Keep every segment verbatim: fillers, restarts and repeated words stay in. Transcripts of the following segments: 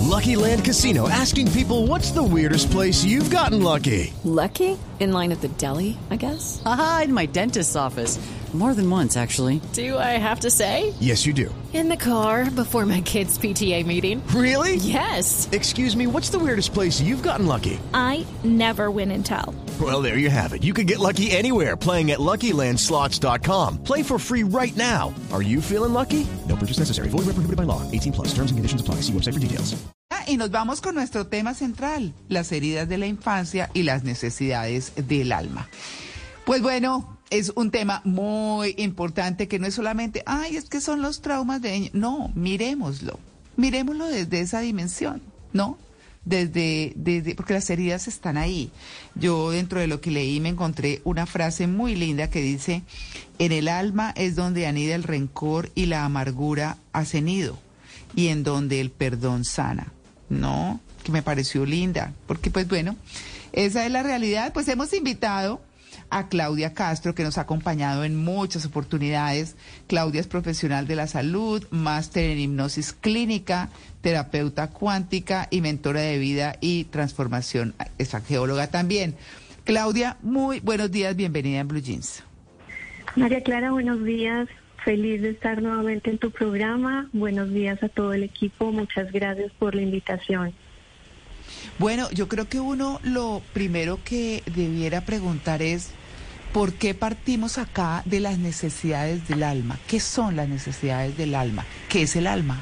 Lucky Land Casino, asking people, what's the weirdest place you've gotten lucky? Lucky? In line at the deli, I guess? Aha, in my dentist's office. More than once, actually. Do I have to say? Yes, you do. In the car before my kids' P T A meeting. Really? Yes. Excuse me, what's the weirdest place you've gotten lucky? I never win and tell. Well, there you have it. You can get lucky anywhere, playing at Lucky Land Slots dot com. Play for free right now. Are you feeling lucky? No purchase necessary. Void where prohibited by law. eighteen plus. Terms and conditions apply. See website for details. Y nos vamos con nuestro tema central, las heridas de la infancia y las necesidades del alma. Pues bueno, es un tema muy importante que no es solamente, ay, es que son los traumas de niños. No, miremoslo, miremoslo desde esa dimensión, ¿no? Desde, desde, porque las heridas están ahí. Yo dentro de lo que leí me encontré una frase muy linda que dice, en el alma es donde anida el rencor y la amargura hacen nido, y en donde el perdón sana. No, que me pareció linda, porque pues bueno, esa es la realidad. Pues hemos invitado a Claudia Castro, que nos ha acompañado en muchas oportunidades. Claudia es profesional de la salud, máster en hipnosis clínica, terapeuta cuántica y mentora de vida y transformación, es geóloga también. Claudia, muy buenos días, bienvenida en Blue Jeans. María Clara, buenos días. Feliz de estar nuevamente en tu programa. Buenos días a todo el equipo. Muchas gracias por la invitación. Bueno, yo creo que uno lo primero que debiera preguntar es ¿por qué partimos acá de las necesidades del alma? ¿Qué son las necesidades del alma? ¿Qué es el alma?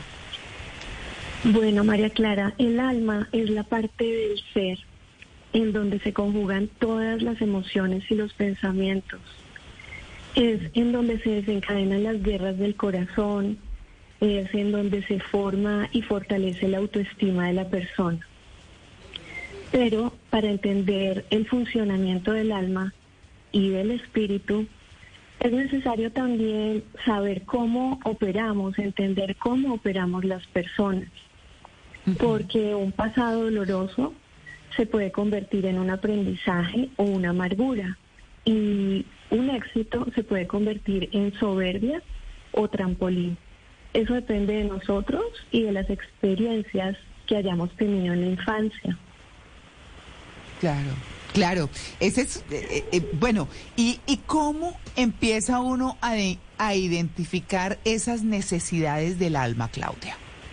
Bueno, María Clara, el alma es la parte del ser en donde se conjugan todas las emociones y los pensamientos. Es en donde se desencadenan las guerras del corazón, es en donde se forma y fortalece la autoestima de la persona. Pero para entender el funcionamiento del alma y del espíritu, es necesario también saber cómo operamos, entender cómo operamos las personas. Porque un pasado doloroso se puede convertir en un aprendizaje o una amargura. Y un éxito se puede convertir en soberbia o trampolín. Eso depende de nosotros y de las experiencias que hayamos tenido en la infancia. Claro, claro. Ese es, eh, eh, bueno, ¿y, ¿y cómo empieza uno a, de, a identificar esas necesidades del alma, Claudia?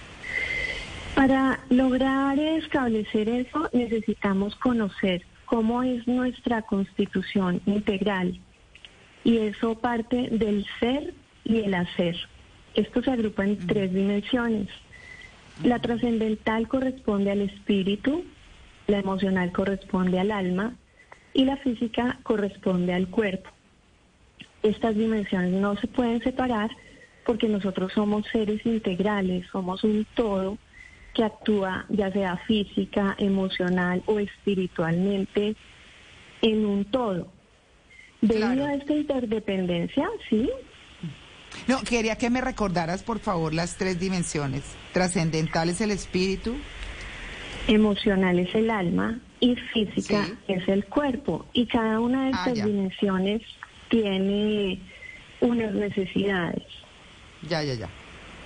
Para lograr establecer eso, necesitamos conocer cómo es nuestra constitución integral. Y eso parte del ser y el hacer. Esto se agrupa en tres dimensiones. La trascendental corresponde al espíritu, la emocional corresponde al alma y la física corresponde al cuerpo. Estas dimensiones no se pueden separar porque nosotros somos seres integrales, somos un todo que actúa ya sea física, emocional o espiritualmente en un todo. Debido claro. a esta interdependencia, ¿sí? No, quería que me recordaras, por favor, las tres dimensiones. Trascendental es el espíritu. Emocional es el alma y física sí. es el cuerpo. Y cada una de estas ah, dimensiones tiene unas necesidades. Ya, ya, ya.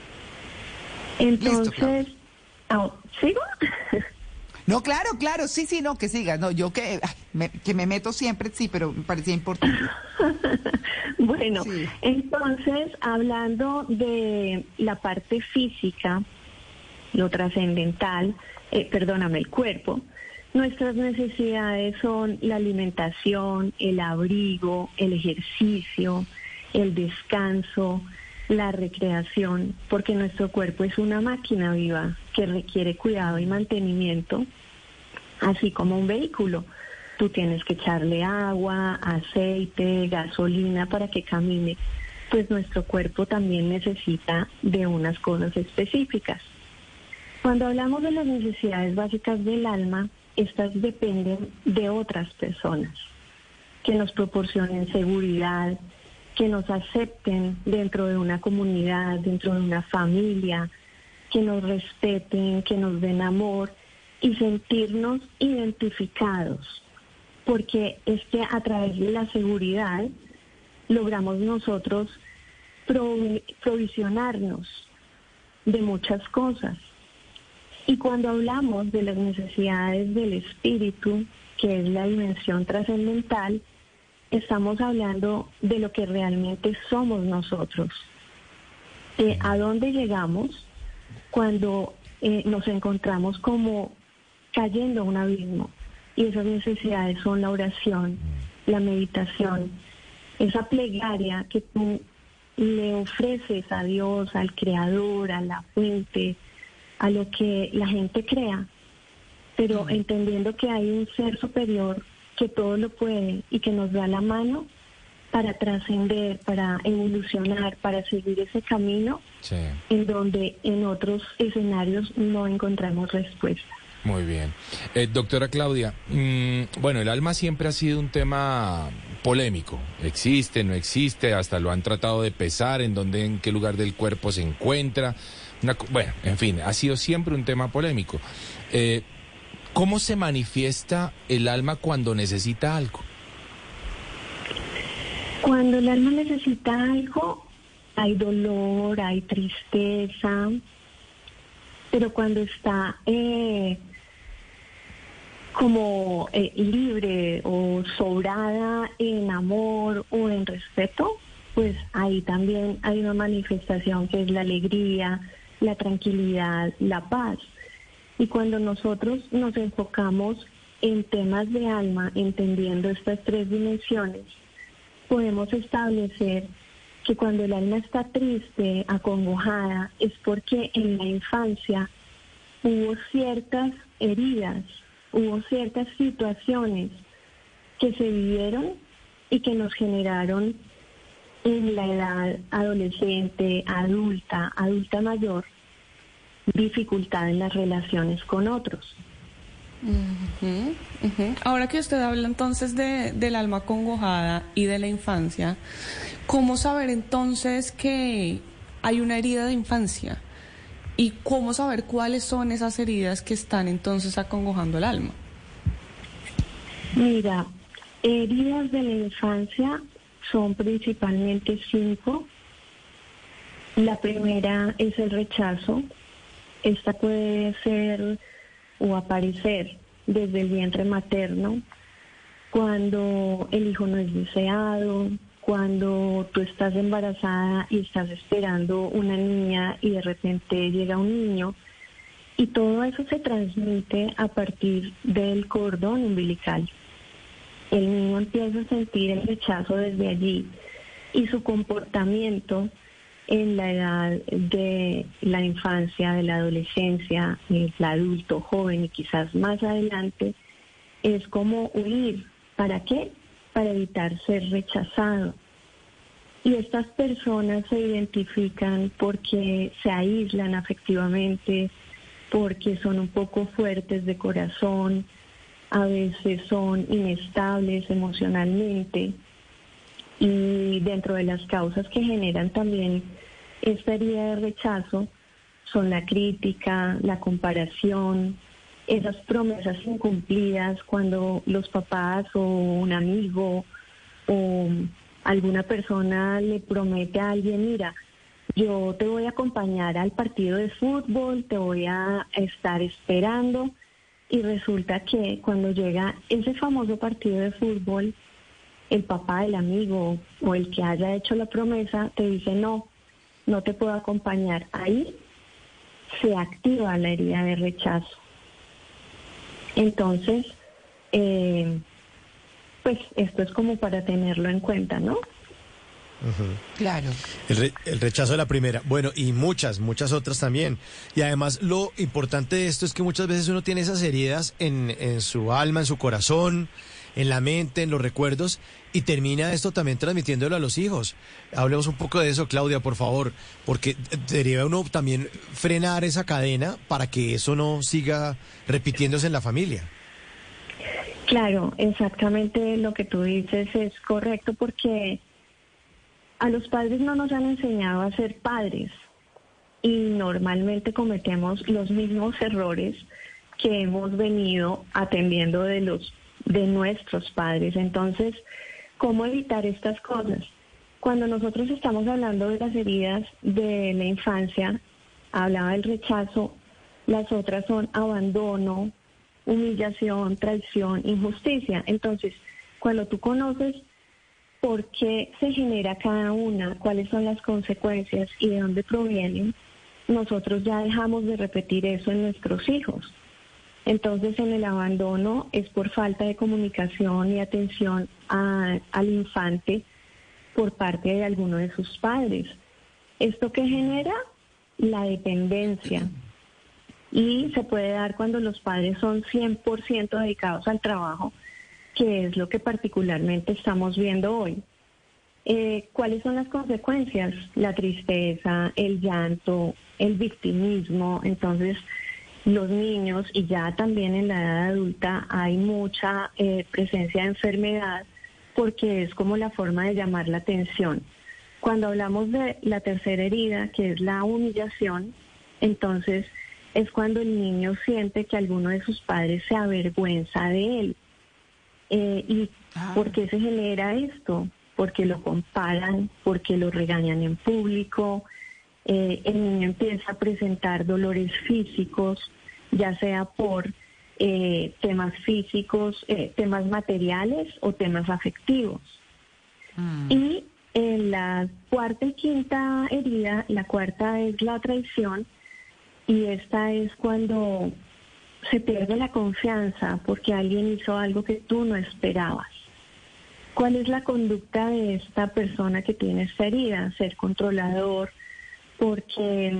Entonces, Listo, oh, ¿sigo? No, claro, claro, sí, sí, no, que sigas. No, yo que, me, que me meto siempre, sí, pero me parecía importante. Bueno, sí. Entonces, hablando de la parte física, lo trascendental, eh, perdóname, el cuerpo, nuestras necesidades son la alimentación, el abrigo, el ejercicio, el descanso, la recreación, porque nuestro cuerpo es una máquina viva que requiere cuidado y mantenimiento, así como un vehículo. Tú tienes que echarle agua, aceite, gasolina para que camine. Pues nuestro cuerpo también necesita de unas cosas específicas. Cuando hablamos de las necesidades básicas del alma, estas dependen de otras personas que nos proporcionen seguridad, que nos acepten dentro de una comunidad, dentro de una familia, que nos respeten, que nos den amor y sentirnos identificados, porque es que a través de la seguridad logramos nosotros provi- provisionarnos de muchas cosas. Y cuando hablamos de las necesidades del espíritu, que es la dimensión trascendental, estamos hablando de lo que realmente somos nosotros. De a dónde llegamos cuando eh, nos encontramos como cayendo a un abismo. Y esas necesidades son la oración, la meditación, esa plegaria que tú le ofreces a Dios, al Creador, a la fuente, a lo que la gente crea, pero entendiendo que hay un ser superior que todo lo puede y que nos da la mano para trascender, para evolucionar, para seguir ese camino, sí, en donde en otros escenarios no encontramos respuesta. Muy bien. Eh, doctora Claudia, mmm, bueno, el alma siempre ha sido un tema polémico. Existe, no existe, hasta lo han tratado de pesar, en dónde, en qué lugar del cuerpo se encuentra. Una, bueno, en fin, ha sido siempre un tema polémico. Eh, ¿Cómo se manifiesta el alma cuando necesita algo? Cuando el alma necesita algo, hay dolor, hay tristeza, pero cuando está eh, como eh, libre o sobrada en amor o en respeto, pues ahí también hay una manifestación que es la alegría, la tranquilidad, la paz. Y cuando nosotros nos enfocamos en temas de alma, entendiendo estas tres dimensiones, podemos establecer que cuando el alma está triste, acongojada, es porque en la infancia hubo ciertas heridas, hubo ciertas situaciones que se vivieron y que nos generaron en la edad adolescente, adulta, adulta mayor, dificultad en las relaciones con otros. Uh-huh, uh-huh. Ahora que usted habla entonces de, del alma acongojada y de la infancia, ¿cómo saber entonces que hay una herida de infancia? ¿Y cómo saber cuáles son esas heridas que están entonces acongojando el alma? Mira, heridas de la infancia son principalmente cinco. La primera es el rechazo. Esta puede ser o aparecer desde el vientre materno, cuando el hijo no es deseado, cuando tú estás embarazada y estás esperando una niña y de repente llega un niño, y todo eso se transmite a partir del cordón umbilical. El niño empieza a sentir el rechazo desde allí y su comportamiento en la edad de la infancia, de la adolescencia, el adulto joven y quizás más adelante, es como huir. ¿Para qué? Para evitar ser rechazado. Y estas personas se identifican porque se aíslan afectivamente, porque son un poco fuertes de corazón, a veces son inestables emocionalmente. Y dentro de las causas que generan también esta herida de rechazo son la crítica, la comparación, esas promesas incumplidas cuando los papás o un amigo o alguna persona le promete a alguien, mira, yo te voy a acompañar al partido de fútbol, te voy a estar esperando, y resulta que cuando llega ese famoso partido de fútbol, el papá del amigo o el que haya hecho la promesa te dice no, no te puedo acompañar. Ahí se activa la herida de rechazo. Entonces, eh, pues esto es como para tenerlo en cuenta, ¿no? Uh-huh. Claro. El, re, el rechazo de la primera. Bueno, y muchas, muchas otras también. Y además lo importante de esto es que muchas veces uno tiene esas heridas en, en su alma, en su corazón, en la mente, en los recuerdos, y termina esto también transmitiéndolo a los hijos. Hablemos un poco de eso, Claudia, por favor, porque debería uno también frenar esa cadena para que eso no siga repitiéndose en la familia. Claro, exactamente lo que tú dices es correcto, porque a los padres no nos han enseñado a ser padres y normalmente cometemos los mismos errores que hemos venido atendiendo de los de nuestros padres. Entonces, ¿cómo evitar estas cosas? Cuando nosotros estamos hablando de las heridas de la infancia, hablaba del rechazo, las otras son abandono, humillación, traición, injusticia. Entonces, cuando tú conoces por qué se genera cada una, cuáles son las consecuencias y de dónde provienen, nosotros ya dejamos de repetir eso en nuestros hijos. Entonces, en el abandono es por falta de comunicación y atención a, al infante por parte de alguno de sus padres. ¿Esto qué genera? La dependencia. Y se puede dar cuando los padres son cien por ciento dedicados al trabajo, que es lo que particularmente estamos viendo hoy. Eh, ¿Cuáles son las consecuencias? La tristeza, el llanto, el victimismo. Entonces, los niños, y ya también en la edad adulta, hay mucha eh, presencia de enfermedad, porque es como la forma de llamar la atención. Cuando hablamos de la tercera herida, que es la humillación, entonces es cuando el niño siente que alguno de sus padres se avergüenza de él. Eh, ¿Y ah. por qué se genera esto? Porque lo comparan, porque lo regañan en público. Eh, el niño empieza a presentar dolores físicos, ya sea por eh, temas físicos, eh, temas materiales o temas afectivos. Mm. Y en la cuarta y quinta herida, la cuarta es la traición, y esta es cuando se pierde la confianza porque alguien hizo algo que tú no esperabas. ¿Cuál es la conducta de esta persona que tiene esta herida? Ser controlador, porque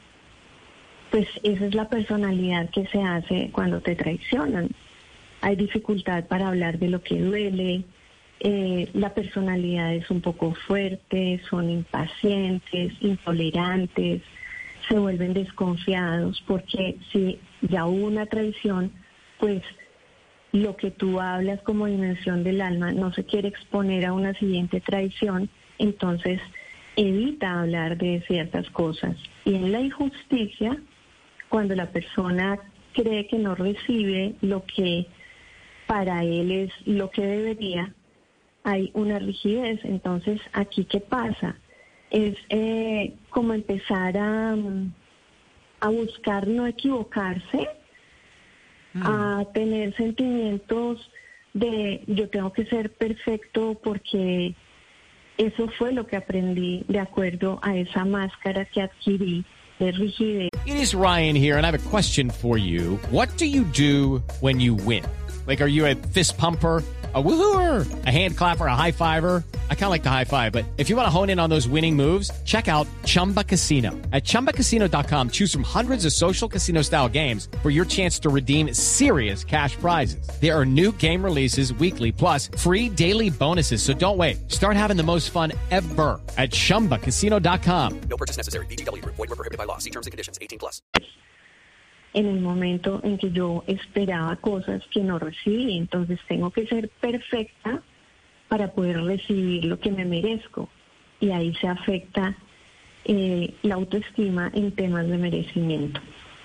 pues esa es la personalidad que se hace cuando te traicionan. Hay dificultad para hablar de lo que duele, eh, la personalidad es un poco fuerte, son impacientes, intolerantes, se vuelven desconfiados, porque si ya hubo una traición, pues lo que tú hablas como dimensión del alma no se quiere exponer a una siguiente traición, entonces evita hablar de ciertas cosas. Y en la injusticia, cuando la persona cree que no recibe lo que para él es lo que debería, hay una rigidez. Entonces, ¿aquí qué pasa? Es eh, como empezar a, a buscar no equivocarse, mm. a tener sentimientos de yo tengo que ser perfecto porque eso fue lo que aprendí de acuerdo a esa máscara que adquirí de rigidez. It is Ryan here, and I have a question for you. What do you do when you win? Like, are you a fist pumper, a woohooer, a hand clapper, a high fiver? I kind of like the high five, but if you want to hone in on those winning moves, check out Chumba Casino. At chumba casino dot com, choose from hundreds of social casino style games for your chance to redeem serious cash prizes. There are new game releases weekly, plus free daily bonuses. So don't wait. Start having the most fun ever at chumba casino dot com. No purchase necessary. V G W Group. Void where prohibited by law. See terms and conditions. eighteen plus. En el momento en que yo esperaba cosas que no recibí, entonces tengo que ser perfecta para poder recibir lo que me merezco. Y ahí se afecta eh, la autoestima en temas de merecimiento.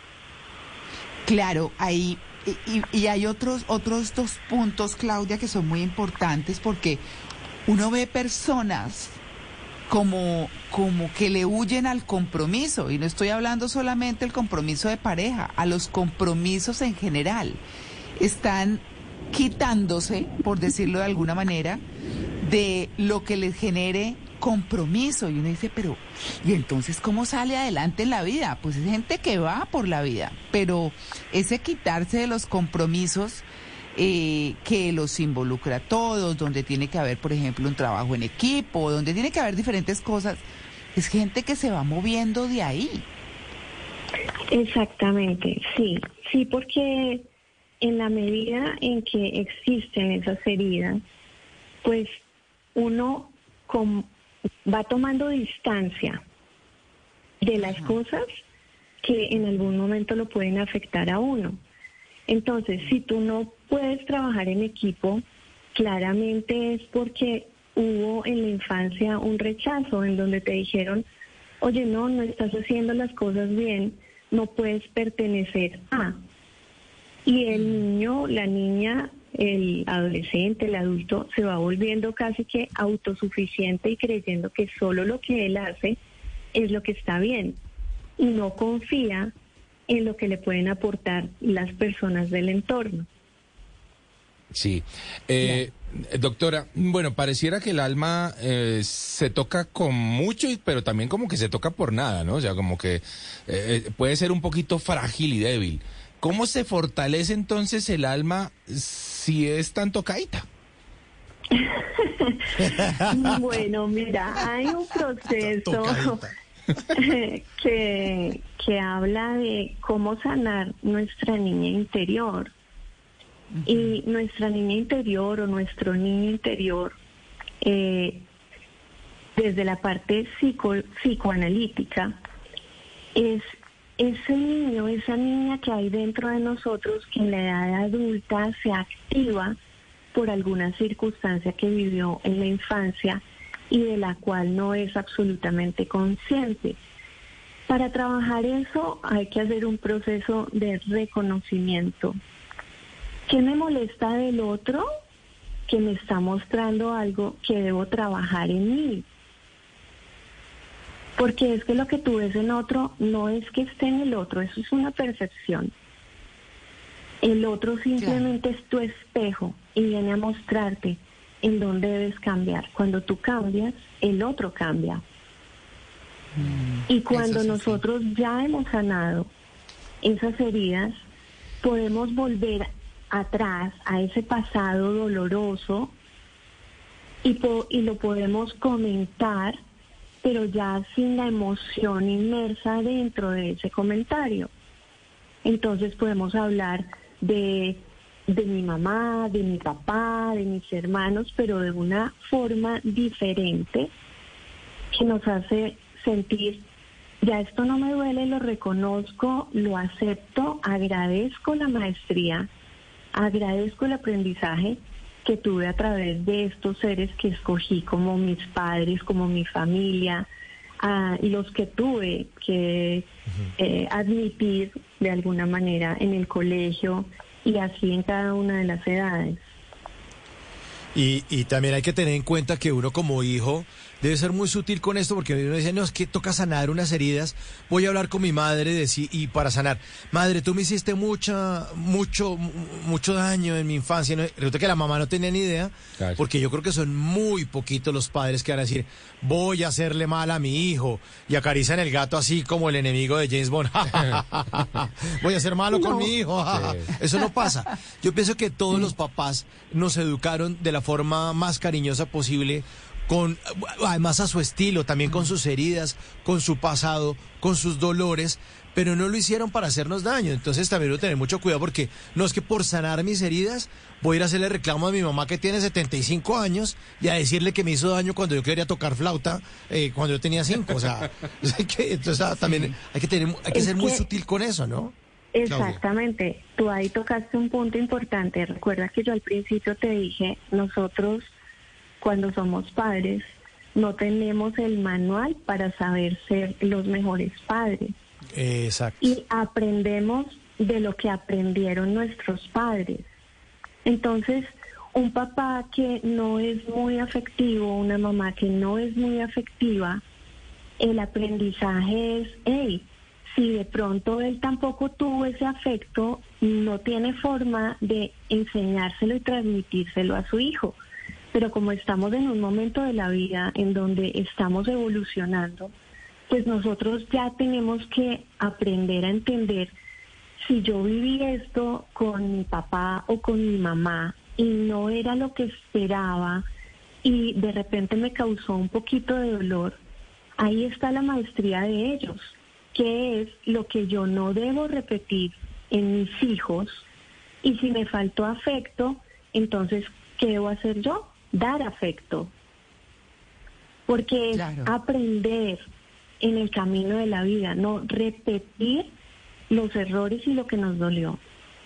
Claro, ahí y, y hay otros otros dos puntos, Claudia, que son muy importantes, porque uno ve personas como, como que le huyen al compromiso, y no estoy hablando solamente del compromiso de pareja, a los compromisos en general. Están quitándose, por decirlo de alguna manera, de lo que les genere compromiso. Y uno dice, pero, ¿y entonces cómo sale adelante en la vida? Pues es gente que va por la vida, pero ese quitarse de los compromisos eh, que los involucra a todos, donde tiene que haber, por ejemplo, un trabajo en equipo, donde tiene que haber diferentes cosas, es gente que se va moviendo de ahí. Exactamente, sí, sí, porque en la medida en que existen esas heridas, pues uno com- va tomando distancia de las Ajá. cosas que en algún momento lo pueden afectar a uno. Entonces, si tú no puedes trabajar en equipo, claramente es porque hubo en la infancia un rechazo en donde te dijeron, oye, no, no estás haciendo las cosas bien, no puedes pertenecer a. Y el niño, la niña, el adolescente, el adulto, se va volviendo casi que autosuficiente y creyendo que solo lo que él hace es lo que está bien. Y no confía en lo que le pueden aportar las personas del entorno. Sí. Eh, doctora, bueno, pareciera que el alma eh, se toca con mucho, pero también como que se toca por nada, ¿no? O sea, como que eh, puede ser un poquito frágil y débil. ¿Cómo se fortalece entonces el alma si es tan tocadita? Bueno, mira, hay un proceso que, que habla de cómo sanar nuestra niña interior. Y nuestra niña interior o nuestro niño interior, eh, desde la parte psico, psicoanalítica, es ese niño, esa niña que hay dentro de nosotros que en la edad adulta se activa por alguna circunstancia que vivió en la infancia y de la cual no es absolutamente consciente. Para trabajar eso hay que hacer un proceso de reconocimiento. ¿Qué me molesta del otro? Que me está mostrando algo que debo trabajar en mí. Porque es que lo que tú ves en otro no es que esté en el otro, eso es una percepción. El otro simplemente es tu espejo y viene a mostrarte en dónde debes cambiar. Cuando tú cambias, el otro cambia. Mm, y cuando nosotros sí. ya hemos sanado esas heridas, podemos volver atrás a ese pasado doloroso y, po- y lo podemos comentar, pero ya sin la emoción inmersa dentro de ese comentario. Entonces podemos hablar de, de mi mamá, de mi papá, de mis hermanos, pero de una forma diferente que nos hace sentir, ya esto no me duele, lo reconozco, lo acepto, agradezco la maestría, agradezco el aprendizaje que tuve a través de estos seres que escogí como mis padres, como mi familia, a los que tuve que eh, admitir de alguna manera en el colegio y así en cada una de las edades. Y, y también hay que tener en cuenta que uno como hijo debe ser muy sutil con esto, porque uno dice, no, es que toca sanar unas heridas, voy a hablar con mi madre de sí, y para sanar, madre, tú me hiciste mucha, mucho, mucho daño en mi infancia. ¿No? Resulta que la mamá no tenía ni idea, claro. Porque yo creo que son muy poquitos los padres que van a decir, voy a hacerle mal a mi hijo, y acarician el gato así como el enemigo de James Bond, voy a ser malo no. con mi hijo, sí. Eso no pasa. Yo pienso que todos los papás nos educaron de la forma más cariñosa posible, con además a su estilo, también con sus heridas, con su pasado, con sus dolores, pero no lo hicieron para hacernos daño. Entonces también debo tener mucho cuidado, porque no es que por sanar mis heridas voy a ir a hacerle reclamo a mi mamá que tiene setenta y cinco años y a decirle que me hizo daño cuando yo quería tocar flauta eh, cuando yo tenía cinco. O sea, hay que, entonces también hay que tener, hay que ser muy sutil con eso, ¿no? Exactamente. Claudia. Tú ahí tocaste un punto importante. Recuerda que yo al principio te dije, nosotros cuando somos padres no tenemos el manual para saber ser los mejores padres. Exacto. Y aprendemos de lo que aprendieron nuestros padres. Entonces, un papá que no es muy afectivo, una mamá que no es muy afectiva, el aprendizaje es, hey, si de pronto él tampoco tuvo ese afecto, no tiene forma de enseñárselo y transmitírselo a su hijo. Pero como estamos en un momento de la vida en donde estamos evolucionando, pues nosotros ya tenemos que aprender a entender, si yo viví esto con mi papá o con mi mamá y no era lo que esperaba y de repente me causó un poquito de dolor, ahí está la maestría de ellos, que es lo que yo no debo repetir en mis hijos, y si me faltó afecto, entonces, ¿qué debo hacer yo? Dar afecto, porque es claro. aprender en el camino de la vida, no repetir los errores y lo que nos dolió.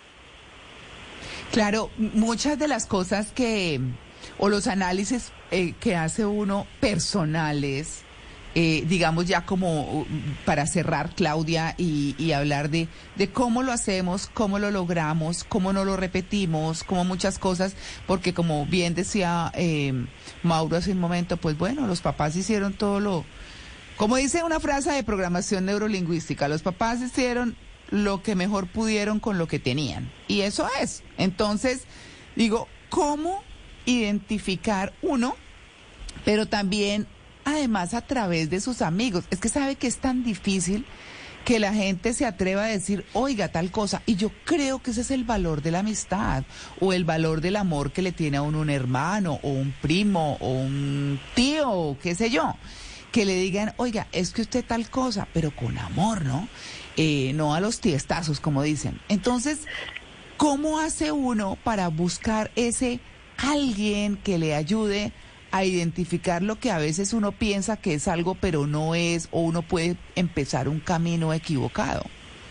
Claro, muchas de las cosas que, o los análisis eh, que hace uno personales, eh, digamos ya como para cerrar, Claudia, y, y hablar de, de cómo lo hacemos, cómo lo logramos, cómo no lo repetimos, como muchas cosas, porque como bien decía eh, Mauro hace un momento, pues bueno, los papás hicieron todo lo, como dice una frase de programación neurolingüística, los papás hicieron lo que mejor pudieron con lo que tenían. Y eso es. Entonces, digo, ¿cómo identificar uno, pero también, además, a través de sus amigos? Es que sabe que es tan difícil que la gente se atreva a decir, oiga, tal cosa. Y yo creo que ese es el valor de la amistad, o el valor del amor que le tiene a uno un hermano, o un primo, o un tío, o qué sé yo. Que le digan, oiga, es que usted tal cosa, pero con amor, ¿no? Eh, no a los tiestazos, como dicen. Entonces, ¿cómo hace uno para buscar ese alguien que le ayude a identificar lo que a veces uno piensa que es algo, pero no es, o uno puede empezar un camino equivocado?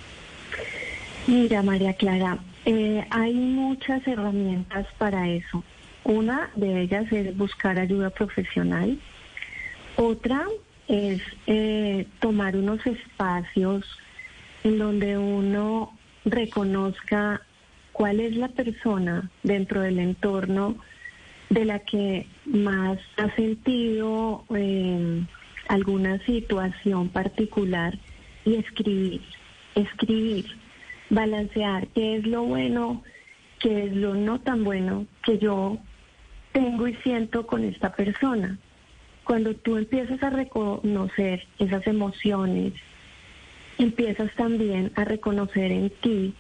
Mira, María Clara, eh, hay muchas herramientas para eso. Una de ellas es buscar ayuda profesional. Otra es eh, tomar unos espacios en donde uno reconozca cuál es la persona dentro del entorno de la que más ha sentido eh, alguna situación particular, y escribir, escribir, balancear qué es lo bueno, qué es lo no tan bueno que yo tengo y siento con esta persona. Cuando tú empiezas a reconocer esas emociones, empiezas también a reconocer en ti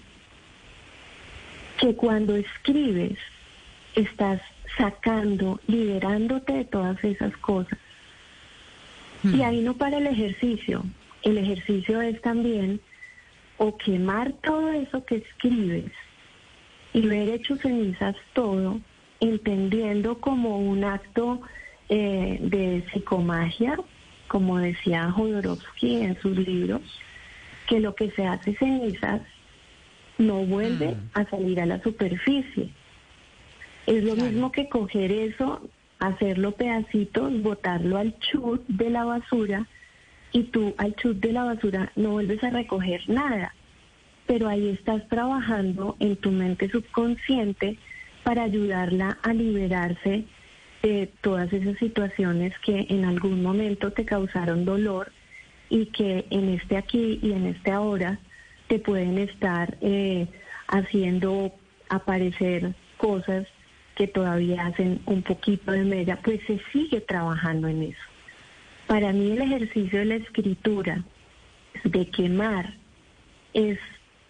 que cuando escribes estás sacando, liberándote de todas esas cosas. Hmm. Y ahí no para el ejercicio. El ejercicio es también o quemar todo eso que escribes y ver hecho cenizas todo, entendiendo como un acto Eh, de psicomagia, como decía Jodorowsky en sus libros, que lo que se hace cenizas no vuelve mm. a salir a la superficie. Es lo claro. mismo que coger eso, hacerlo pedacitos, botarlo al chut de la basura, y tú al chut de la basura no vuelves a recoger nada. Pero ahí estás trabajando en tu mente subconsciente para ayudarla a liberarse de todas esas situaciones que en algún momento te causaron dolor y que en este aquí y en este ahora te pueden estar eh, haciendo aparecer cosas que todavía hacen un poquito de mella. Pues se sigue trabajando en eso. Para mí el ejercicio de la escritura, de quemar, es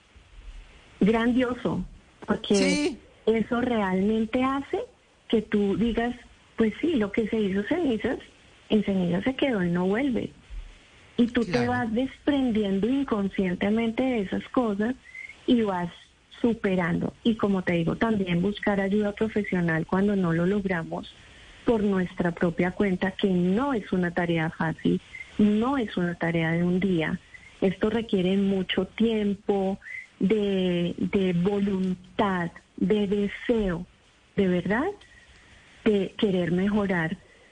grandioso, porque sí. eso realmente hace que tú digas, pues sí, lo que se hizo cenizas, en cenizas se quedó y no vuelve. Y tú claro. te vas desprendiendo inconscientemente de esas cosas y vas superando. Y como te digo, también buscar ayuda profesional cuando no lo logramos por nuestra propia cuenta, que no es una tarea fácil, no es una tarea de un día. Esto requiere mucho tiempo, de, de voluntad, de deseo, de verdad, de querer mejorar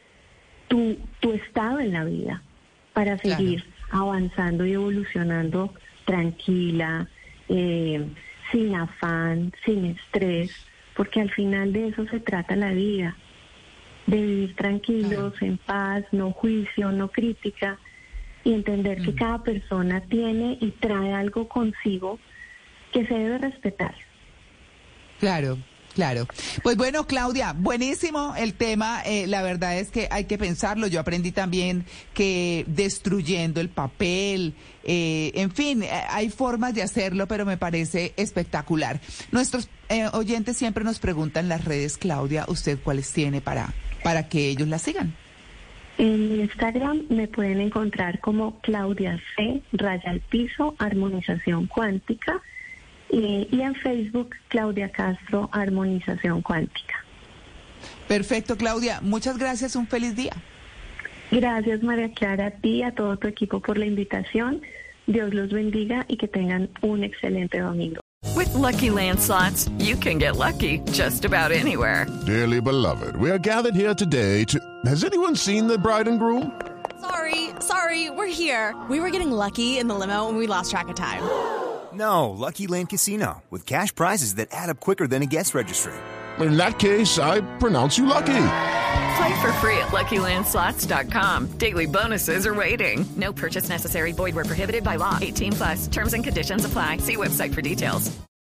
tu, tu estado en la vida para seguir claro. avanzando y evolucionando tranquila, eh, sin afán, sin estrés, porque al final de eso se trata la vida, de vivir tranquilos, claro. en paz, no juicio, no crítica, y entender mm. que cada persona tiene y trae algo consigo que se debe respetar. Claro. Claro. Pues bueno, Claudia, buenísimo el tema. Eh, la verdad es que hay que pensarlo. Yo aprendí también que destruyendo el papel, eh, en fin, eh, hay formas de hacerlo, pero me parece espectacular. Nuestros eh, oyentes siempre nos preguntan en las redes, Claudia, ¿usted cuáles tiene para, para que ellos la sigan? En Instagram me pueden encontrar como Claudia C, raya al piso, armonización cuántica. Y, y en Facebook, Claudia Castro, Armonización Cuántica. Perfecto, Claudia. Muchas gracias. Un feliz día. Gracias, María Clara, a ti y a todo tu equipo por la invitación. Dios los bendiga y que tengan un excelente domingo. With Lucky Land Slots, you can get lucky just about anywhere. Dearly beloved, we are gathered here today to... Has anyone seen the bride and groom? Sorry, sorry, we're here. We were getting lucky in the limo and we lost track of time. No, Lucky Land Casino, with cash prizes that add up quicker than a guest registry. In that case, I pronounce you lucky. Play for free at Lucky Land Slots dot com. Daily bonuses are waiting. No purchase necessary. Void where prohibited by law. eighteen plus. Terms and conditions apply. See website for details.